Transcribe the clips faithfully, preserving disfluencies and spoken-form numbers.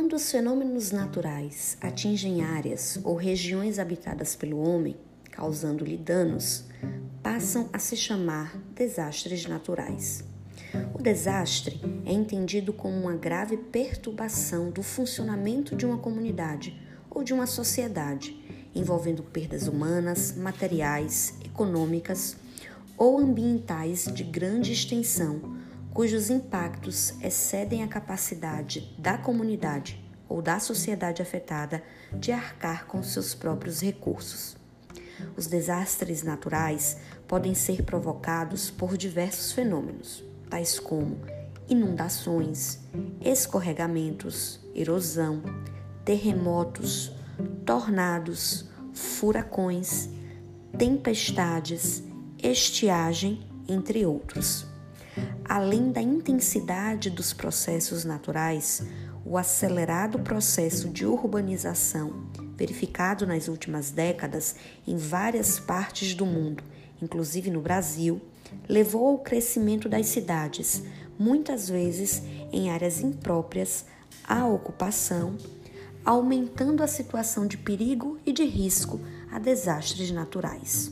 Quando os fenômenos naturais atingem áreas ou regiões habitadas pelo homem, causando-lhe danos, passam a se chamar desastres naturais. O desastre é entendido como uma grave perturbação do funcionamento de uma comunidade ou de uma sociedade, envolvendo perdas humanas, materiais, econômicas ou ambientais de grande extensão, cujos impactos excedem a capacidade da comunidade ou da sociedade afetada de arcar com seus próprios recursos. Os desastres naturais podem ser provocados por diversos fenômenos, tais como inundações, escorregamentos, erosão, terremotos, tornados, furacões, tempestades, estiagem, entre outros. Além da intensidade dos processos naturais, o acelerado processo de urbanização verificado nas últimas décadas em várias partes do mundo, inclusive no Brasil, levou ao crescimento das cidades, muitas vezes em áreas impróprias à ocupação, aumentando a situação de perigo e de risco a desastres naturais.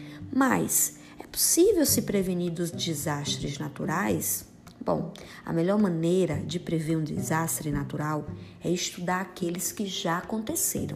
Mas é possível se prevenir dos desastres naturais? Bom, a melhor maneira de prever um desastre natural é estudar aqueles que já aconteceram.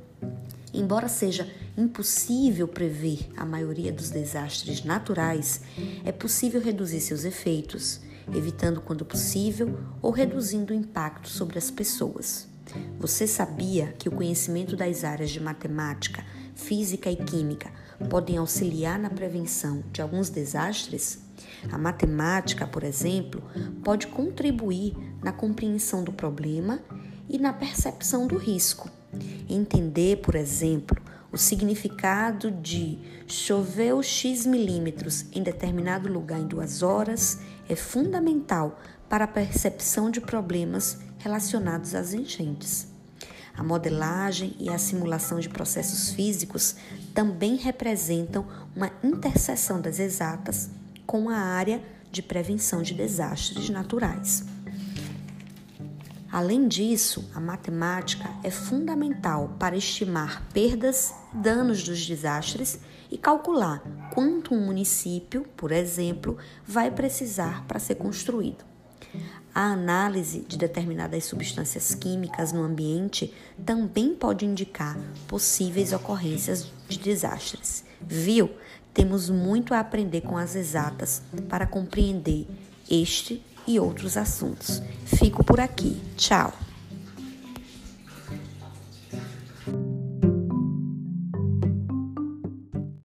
Embora seja impossível prever a maioria dos desastres naturais, é possível reduzir seus efeitos, evitando quando possível ou reduzindo o impacto sobre as pessoas. Você sabia que o conhecimento das áreas de matemática, física e química podem auxiliar na prevenção de alguns desastres? A matemática, por exemplo, pode contribuir na compreensão do problema e na percepção do risco. Entender, por exemplo, o significado de choveu X milímetros em determinado lugar em duas horas é fundamental para a percepção de problemas relacionados às enchentes. A modelagem e a simulação de processos físicos também representam uma interseção das exatas com a área de prevenção de desastres naturais. Além disso, a matemática é fundamental para estimar perdas e danos dos desastres e calcular quanto um município, por exemplo, vai precisar para ser construído. A análise de determinadas substâncias químicas no ambiente também pode indicar possíveis ocorrências de desastres. Viu? Temos muito a aprender com as exatas para compreender este e outros assuntos. Fico por aqui. Tchau!